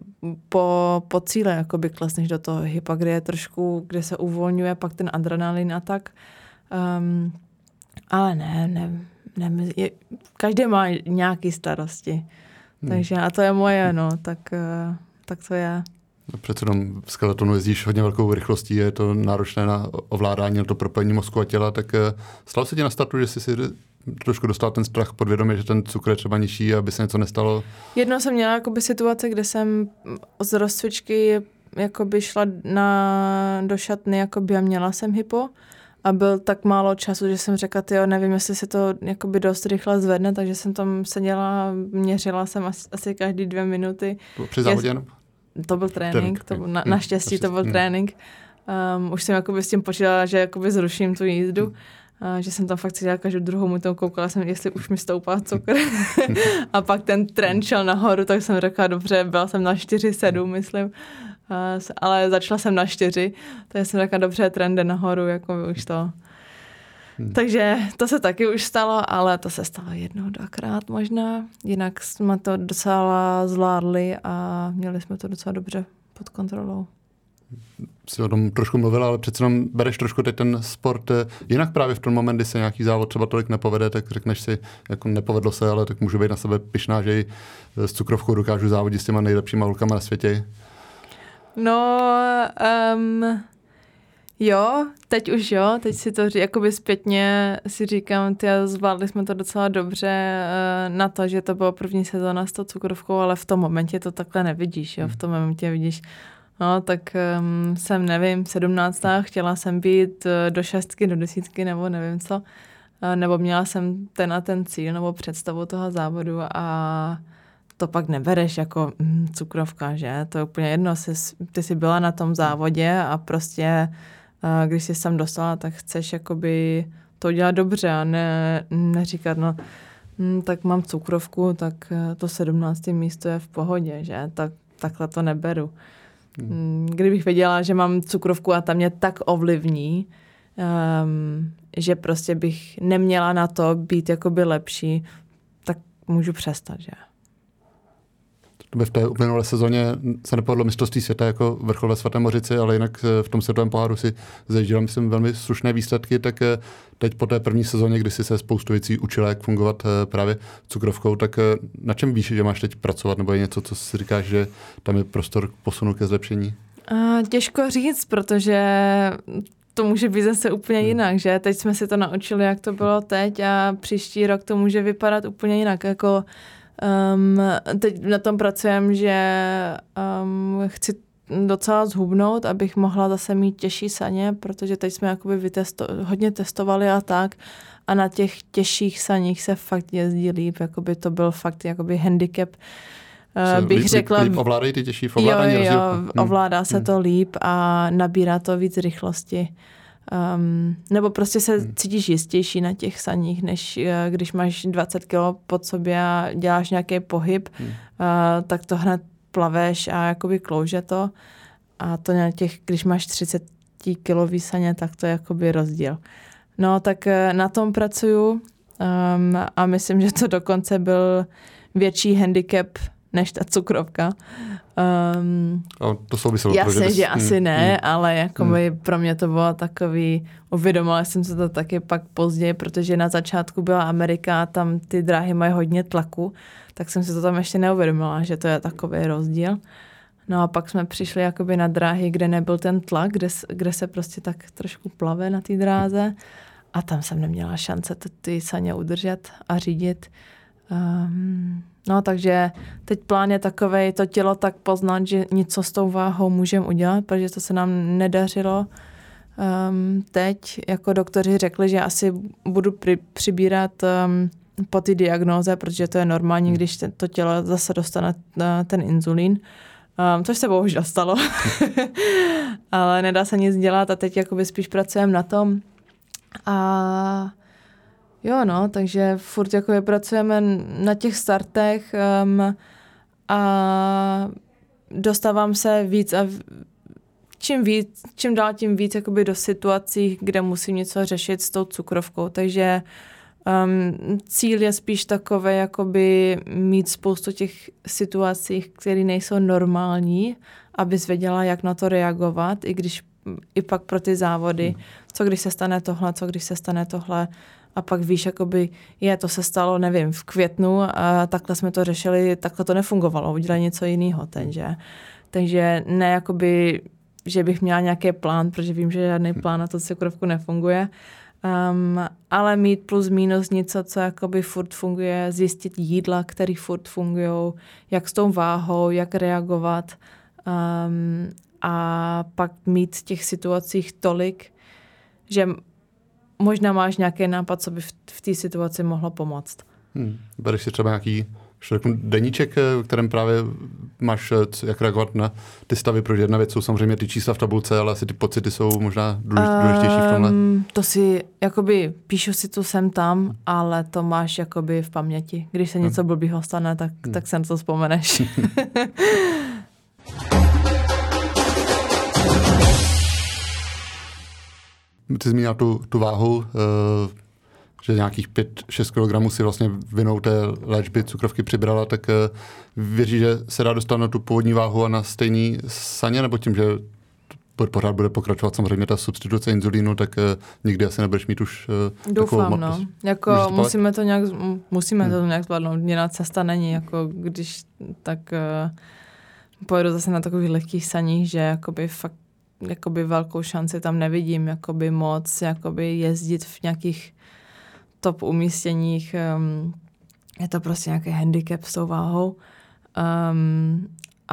po, po cíle jakoby klesneš do toho hypa, kde je trošku, kde se uvolňuje pak ten adrenalin a tak. Um, ale ne, ne, ne je, každý má nějaký starosti. Hmm. Takže a to je moje, no, tak, uh, tak to je. Přece jenom v skeletonu jezdíš hodně velkou rychlostí, je to náročné na ovládání, na to propojení mozku a těla, tak stalo se ti na startu, že jsi si trošku dostal ten strach podvědomě, že ten cukr je třeba nižší, aby se něco nestalo? Jednou jsem měla jakoby situace, kde jsem z rozcvičky jakoby šla na, do šatny jakoby a měla jsem hypo a byl tak málo času, že jsem řekla, tyjo, nevím, jestli se to jakoby dost rychle zvedne, takže jsem tam seděla, měřila jsem asi, asi každý dvě minuty. Při závodě jenom? To byl trénink, trénink. To byl, na, hmm. naštěstí to byl hmm. trénink. Um, už jsem jakoby s tím počítala, že jakoby zruším tu jízdu, hmm. uh, že jsem tam fakt seděla každou druhou minutu, koukala jsem, jestli už mi stoupá cukr. A pak ten trend šel nahoru, tak jsem řekla, dobře, byla jsem na čtyři sedm, myslím, uh, ale začala jsem na čtyři, takže jsem řekla, dobře, trend jde nahoru, jako už to. Hmm. Takže to se taky už stalo, ale to se stalo jednou, dvakrát možná. Jinak jsme to docela zvládli a měli jsme to docela dobře pod kontrolou. Jsi o tom trošku mluvila, ale přece jenom bereš trošku teď ten sport jinak právě v tom moment, kdy se nějaký závod třeba tolik nepovede, tak řekneš si, jako nepovedlo se, ale tak můžu být na sebe pyšná, že i s cukrovkou dokážu závodit s těma nejlepšíma holkama na světě. No, um... jo, teď už jo, teď si to jakoby zpětně si říkám, ty zvládli jsme to docela dobře uh, na to, že to bylo první sezóna s tou cukrovkou, ale v tom momentě to takhle nevidíš, jo, v tom momentě vidíš, no tak um, jsem, nevím, sedmnáctá, chtěla jsem být uh, do šestky, do desítky, nebo nevím co, uh, nebo měla jsem ten a ten cíl, nebo představu toho závodu a to pak nebereš jako mm, cukrovka, že? To je úplně jedno, jsi, ty jsi byla na tom závodě a prostě když jsi tam dostala, tak chceš jakoby to dělat dobře a ne, neříkat, no hm, tak mám cukrovku, tak to sedmnácté místo je v pohodě, že? Tak, takhle to neberu. Hmm. Kdybych věděla, že mám cukrovku a ta mě tak ovlivní, um, že prostě bych neměla na to být jakoby lepší, tak můžu přestat, že? V té uplynulé sezóně se nepovedlo mistrovství světa jako vrchol ve Svaté Mořici, ale jinak v tom světovém poháru si zajížděla, myslím, velmi slušné výsledky, tak teď po té první sezóně, kdy si se spoustu věcí učila, jak fungovat právě cukrovkou, tak na čem víš, že máš teď pracovat, nebo je něco, co si říkáš, že tam je prostor k posunu ke zlepšení? Uh, těžko říct, protože to může být zase úplně hmm. jinak, že? Teď jsme si to naučili, jak to bylo teď a příští rok to může vypadat úplně jinak, jako Um, teď na tom pracujem, že um, chci docela zhubnout, abych mohla zase mít těžší saně, protože teď jsme jakoby vytesto- hodně testovali a tak a na těch těžších saních se fakt jezdí líp, jakoby to byl fakt jakoby handicap. Uh, bych líp, řekla, líp ovládají ty těžší v ovládání? Jo, jo, hmm. ovládá se hmm. to líp a nabírá to víc rychlosti. Um, nebo prostě se hmm. cítíš jistější na těch saních, než uh, když máš dvacet kilo pod sobě a děláš nějaký pohyb, hmm. uh, tak to hned plaveš a jakoby klouže to. A to na těch, když máš třicet kilový saně, tak to je jakoby rozdíl. No tak uh, na tom pracuju um, a myslím, že to dokonce byl větší handicap než ta cukrovka. Um, a to souviselo. Jasně, že hmm, asi ne, hmm, ale jakoby hmm. pro mě to bylo takový, uvědomila jsem se to taky pak později, protože na začátku byla Amerika a tam ty dráhy mají hodně tlaku, tak jsem si to tam ještě neuvědomila, že to je takový rozdíl. No a pak jsme přišli jakoby na dráhy, kde nebyl ten tlak, kde, kde se prostě tak trošku plave na té dráze a tam jsem neměla šance ty saně udržet a řídit. Um, no takže teď plán je takovej, to tělo tak poznat, že něco s tou váhou můžeme udělat, protože to se nám nedařilo. Um, teď jako doktoři řekli, že asi budu pri, přibírat um, po ty diagnóze, protože to je normální, hmm. když to tělo zase dostane ten inzulín. Um, což se bohužel stalo. Ale nedá se nic dělat a teď jakoby spíš pracujeme na tom. A jo, no, takže furt jako pracujeme na těch startech um, a dostávám se víc a čím víc, čím dál tím víc jakoby do situací, kde musím něco řešit s tou cukrovkou, takže Um, cíl je spíš takové, jakoby mít spoustu těch situací, které nejsou normální, abys věděla, jak na to reagovat, i když i pak pro ty závody, hmm. co když se stane tohle, co když se stane tohle, a pak víš, jakoby, je, to se stalo, nevím, v květnu a takhle jsme to řešili, takhle to nefungovalo, udělali něco jiného ten, že? Takže ne, jakoby, že bych měla nějaký plán, protože vím, že žádný plán na to cukrovku nefunguje, um, ale mít plus minus něco, co jakoby furt funguje, zjistit jídla, který furt fungujou, jak s tou váhou, jak reagovat, um, a pak mít v těch situacích tolik, že možná máš nějaký nápad, co by v, v té situaci mohlo pomoct. Hmm. Bereš si třeba nějaký deníček, v kterém právě máš jak reagovat na ty stavy, protože jedna věc jsou samozřejmě ty čísla v tabulce, ale asi ty pocity jsou možná důležitější v tomhle. Um, to si, jakoby, píšu si tu sem tam, ale to máš jakoby v paměti. Když se něco blbýho stane, tak, hmm. tak se na to vzpomeneš. Ty zmínila tu, tu váhu, uh, že nějakých pět šest kilogramů si vlastně vinou té léčby cukrovky přibrala, tak uh, věří, že se dá dostat na tu původní váhu a na stejný saně, nebo tím, že pořád bude pokračovat samozřejmě ta substituce inzulínu, tak uh, nikdy asi nebudeš mít už uh, Doufám, takovou... no. Jako musíme to nějak, musíme hmm. to nějak zvládnout. Jiná cesta není, jako když tak uh, pojedu zase na takových lehkých saních, že jakoby fakt jakoby velkou šanci tam nevidím, jakoby moc, jakoby jezdit v nějakých top umístěních. Um, je to prostě nějaký handicap s tou váhou. Um,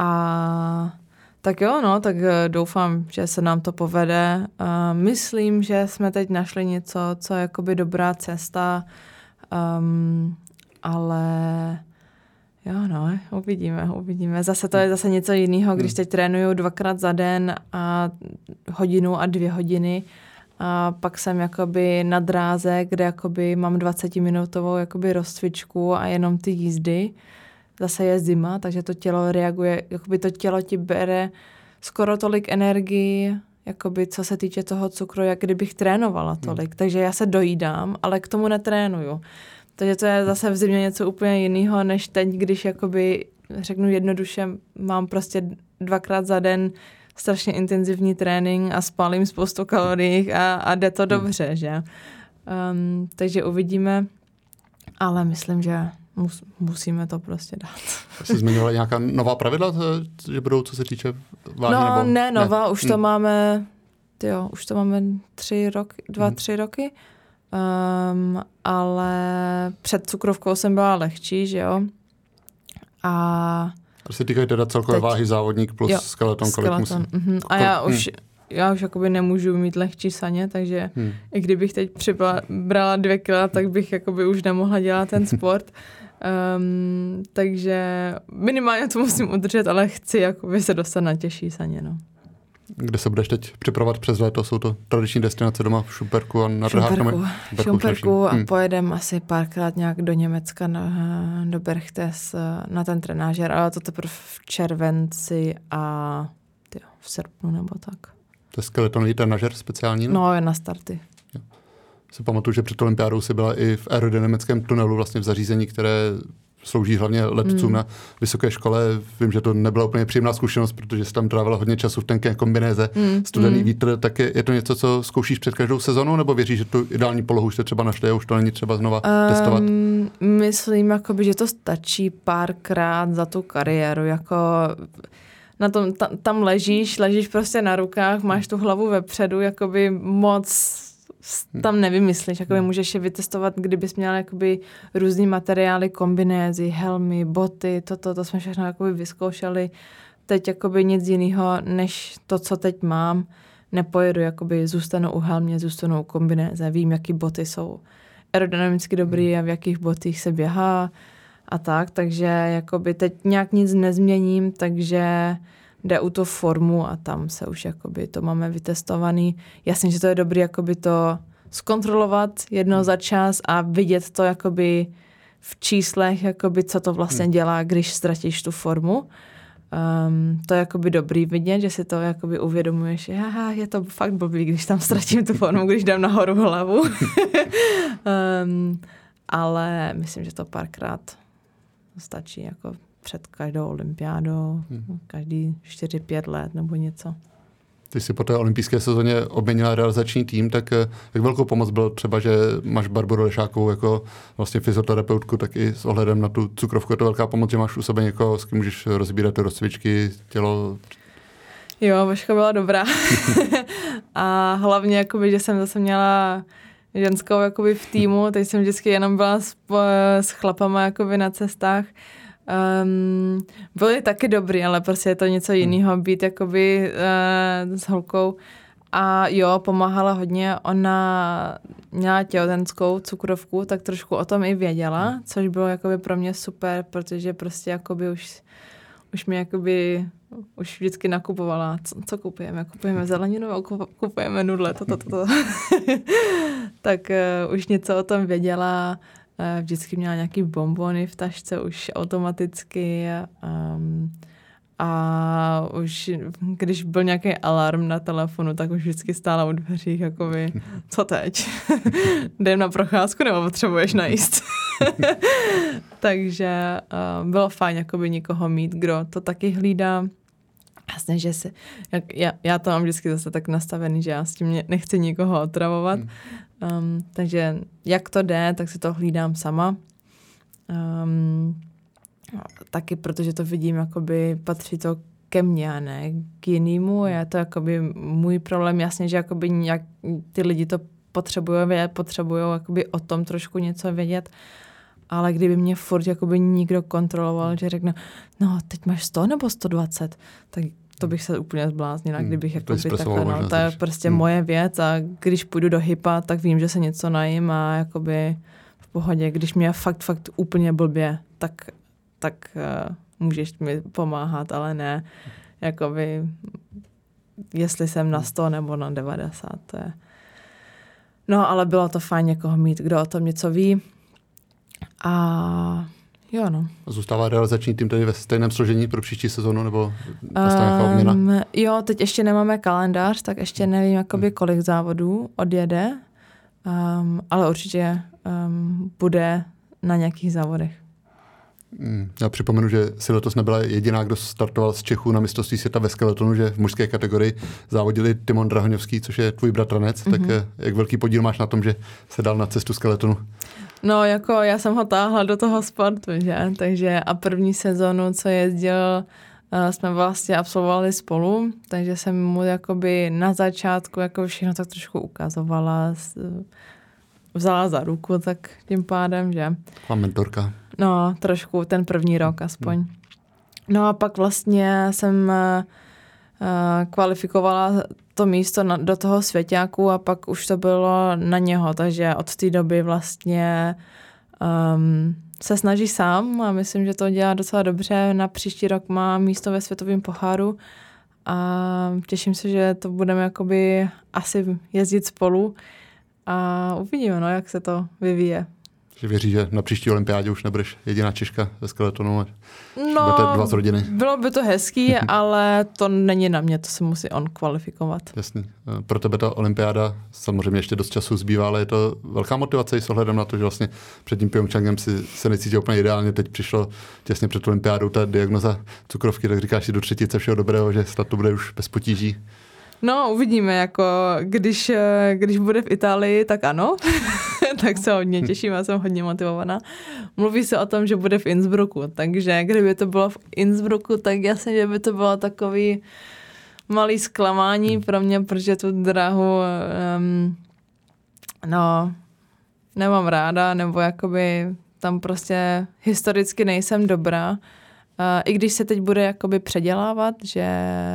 a tak jo, no, tak doufám, že se nám to povede. Uh, myslím, že jsme teď našli něco, co je jakoby dobrá cesta, um, ale jo, no, uvidíme, uvidíme. Zase to je zase něco jiného, když teď trénuju dvakrát za den a hodinu a dvě hodiny a pak jsem jakoby na dráze, kde jakoby mám dvacetiminutovou jakoby rozcvičku a jenom ty jízdy. Zase je zima, takže to tělo reaguje, jakoby to tělo ti bere skoro tolik energii, jakoby co se týče toho cukru, jak kdybych trénovala tolik. Hmm. Takže já se dojídám, ale k tomu netrénuju. Takže to je zase v zimě něco úplně jiného, než teď, když jakoby, řeknu jednoduše, mám prostě dvakrát za den strašně intenzivní trénink a spálím spoustu kalorií a, a jde to dobře, hmm. že? Um, takže uvidíme, ale myslím, že mus, musíme to prostě dát. Jsi zmiňovala nějaká nová pravidla, že budou, co se týče váhy? No nebo... ne, nová, ne. už to hmm. máme, tyjo, už to máme tři roky, dva, hmm. tři roky. Um, ale před cukrovkou jsem byla lehčí, že jo. A to se týkají teda celkové teď... váhy závodník plus jo, skeleton, kolik musí. Mm-hmm. A já hmm. už, já už jakoby nemůžu mít lehčí saně, takže hmm. i kdybych teď přibrala dvě kila, tak bych jakoby už nemohla dělat ten sport. Um, takže minimálně to musím udržet, ale chci jakoby se dostat na těžší saně, no. Kde se budeš teď připravovat přes léto? Jsou to tradiční destinace doma v Šumperku a na Drhách? Šumperku, Šumperku a hmm. pojedeme asi párkrát nějak do Německa, na, do Berchtes na ten trenážer, ale to teprve v červenci a tyjo, v srpnu nebo tak. To je skeletonový trenážer speciální? No, no je na starty. Jo. Si pamatuju, že před olympiádou si byla i v aerodynamickém tunelu, vlastně v zařízení, které slouží hlavně letcům mm. na vysoké škole. Vím, že to nebyla úplně příjemná zkušenost, protože jsi tam trávila hodně času v tenké kombinéze, mm. studený mm. vítr, tak je, je to něco, co zkoušíš před každou sezónou, nebo věříš, že tu ideální polohu už se třeba našli a už to není třeba znova um, testovat? Myslím, jakoby, že to stačí párkrát za tu kariéru, jako na tom, ta, tam ležíš, ležíš prostě na rukách, máš tu hlavu vepředu, jakoby moc tam nevymyslíš, jakoby můžeš je vytestovat, kdybys měl jakoby různý materiály, kombinézy, helmy, boty, toto, to jsme všechno jakoby vyzkoušeli. Teď jakoby nic jiného, než to, co teď mám. Nepojedu, jakoby zůstanu u helmě, zůstanu u kombinéze, vím, jaký boty jsou aerodynamicky dobrý a v jakých botích se běhá a tak, takže jakoby teď nějak nic nezměním, takže jde u to formu a tam se už jakoby to máme vytestovaný. Jasně, že to je dobrý jakoby to zkontrolovat jednou za čas a vidět to jakoby v číslech, jakoby co to vlastně dělá, když ztratíš tu formu. Um, to je jakoby dobrý vidět, že si to jakoby uvědomuješ, že aha, je to fakt blbý, když tam ztratím tu formu, když dám nahoru hlavu. um, ale myslím, že to párkrát stačí jako před každou olympiádou, hmm. každý čtyři pět let nebo něco. Ty jsi po té olympijské sezóně obměnila realizační tým, tak jak velkou pomoc bylo třeba, že máš Barboru Lešákovou jako vlastně fyzioterapeutku, tak i s ohledem na tu cukrovku je to velká pomoc, že máš u sebe někoho, s kým můžeš rozbírat ty rozcvičky, tělo. Jo, Vaška byla dobrá. A hlavně, jakoby, že jsem zase měla ženskou jakoby, v týmu, teď jsem vždycky jenom byla s, s chlapama jakoby, na cestách. Um, byly taky dobrý, ale prostě je to něco jiného být jakoby uh, s holkou. A jo, pomáhala hodně. Ona měla těhotenskou cukrovku, tak trošku o tom i věděla, což bylo jakoby pro mě super, protože prostě jakoby už, už mi jakoby už vždycky nakupovala. Co, co kupujeme? Kupujeme zeleninu, kupujeme nudle, toto, toto. Tak uh, už něco o tom věděla. Vždycky měla nějaký bonbony v tašce už automaticky um, a už když byl nějaký alarm na telefonu, tak už vždycky stála u dveří, jakoby, co teď? Jdem na procházku nebo potřebuješ najíst? Takže uh, bylo fajn jakoby někoho mít, kdo to taky hlídá. Jasně, že si, jak, já, já to mám vždycky zase tak nastavený, že já s tím nechci nikoho otravovat. Um, takže jak to jde, tak si to hlídám sama. Um, taky protože to vidím, jakoby patří to ke mně a ne k jinému. Je to jakoby můj problém. Jasně, že jakoby nějak, ty lidi to potřebují vědět, potřebují jakoby o tom trošku něco vědět. Ale kdyby mě furt jakoby nikdo kontroloval, že řekne, no teď máš sto nebo sto dvacet, tak to bych se úplně zbláznila, hmm, kdybych jakoby takhle, no, to je prostě hmm. moje věc a když půjdu do hypa, tak vím, že se něco najím a jakoby v pohodě. Když mě fakt, fakt úplně blbě, tak, tak uh, můžeš mi pomáhat, ale ne, jakoby, jestli jsem na sto nebo na devadesát, to je. No, ale bylo to fajn někoho mít, kdo o tom něco ví. A jo, no. Zůstává realizační tým tedy ve stejném složení pro příští sezonu, nebo nastane nějaká obměna? Um, jo, teď ještě nemáme kalendář, tak ještě nevím, jakoby, kolik závodů odjede, um, ale určitě um, bude na nějakých závodech. Hmm. Já připomenu, že si letos nebyla jediná, kdo startoval z Čechů na mistrovství světa ve skeletonu, že v mužské kategorii závodili Timon Drahoňovský, což je tvůj bratranec, mm-hmm. tak jak velký podíl máš na tom, že se dal na cestu skeletonu? No, jako já jsem ho táhla do toho sportu, že? Takže a první sezonu, co jezdil, jsme vlastně absolvovali spolu, takže jsem mu jakoby na začátku jako všechno tak trošku ukazovala, vzala za ruku, tak tím pádem, že? Taková mentorka. No, trošku, ten první rok aspoň. No a pak vlastně jsem uh, kvalifikovala to místo na, do toho svěťáku a pak už to bylo na něho, takže od té doby vlastně um, se snaží sám a myslím, že to dělá docela dobře. Na příští rok má místo ve světovém poháru a těším se, že to budeme jakoby asi jezdit spolu a uvidíme, no, jak se to vyvíje. Že věří, že na příští olympiádě už nebudeš jediná Češka ve skeletonu a no, budete dva z rodiny. Bylo by to hezký, ale to není na mě, to se musí on kvalifikovat. Jasný. Pro tebe ta olympiáda samozřejmě ještě dost času zbývá, ale je to velká motivace i s ohledem na to, že vlastně před tím Pyeongchangem si se necítil úplně ideálně, teď přišlo těsně před olympiádou ta diagnoza cukrovky, tak říkáš si do třetice všeho dobrého, že snad to bude už bez potíží. No, uvidíme, jako když, když bude v Itálii, tak ano, tak se hodně těším, já jsem hodně motivovaná. Mluví se o tom, že bude v Innsbrucku, takže kdyby to bylo v Innsbrucku, tak jasně, že by to bylo takový malý zklamání pro mě, protože tu dráhu, um, no, nemám ráda, nebo jakoby tam prostě historicky nejsem dobrá. Uh, I když se teď bude jakoby předělávat, že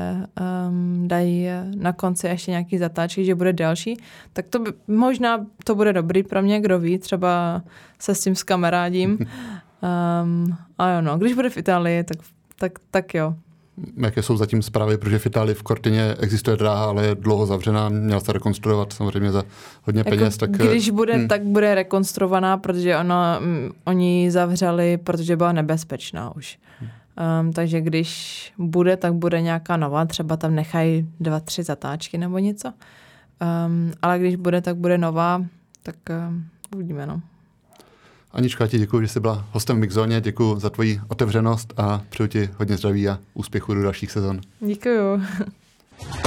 um, dají na konci ještě nějaký zatáčky, že bude další, tak to by, možná to bude dobrý pro mě, kdo ví, třeba se s tím skamarádím. Um, a jo, no, když bude v Itálii, tak, tak, tak jo. Jaké jsou zatím zprávy, protože v Itálii v Cortině existuje dráha, ale je dlouho zavřená, měla se rekonstruovat samozřejmě za hodně jako, peněz. Tak, když bude, hmm. tak bude rekonstruovaná, protože ono, m, oni ji zavřeli, protože byla nebezpečná už. Um, takže když bude, tak bude nějaká nová, třeba tam nechají dva, tři zatáčky nebo něco. Um, ale když bude, tak bude nová, tak um, uvidíme, no. Aničko, já ti děkuji, že jsi byla hostem v Mixzóně, děkuji za tvoji otevřenost a přeju ti hodně zdraví a úspěchu do dalších sezon. Děkuju.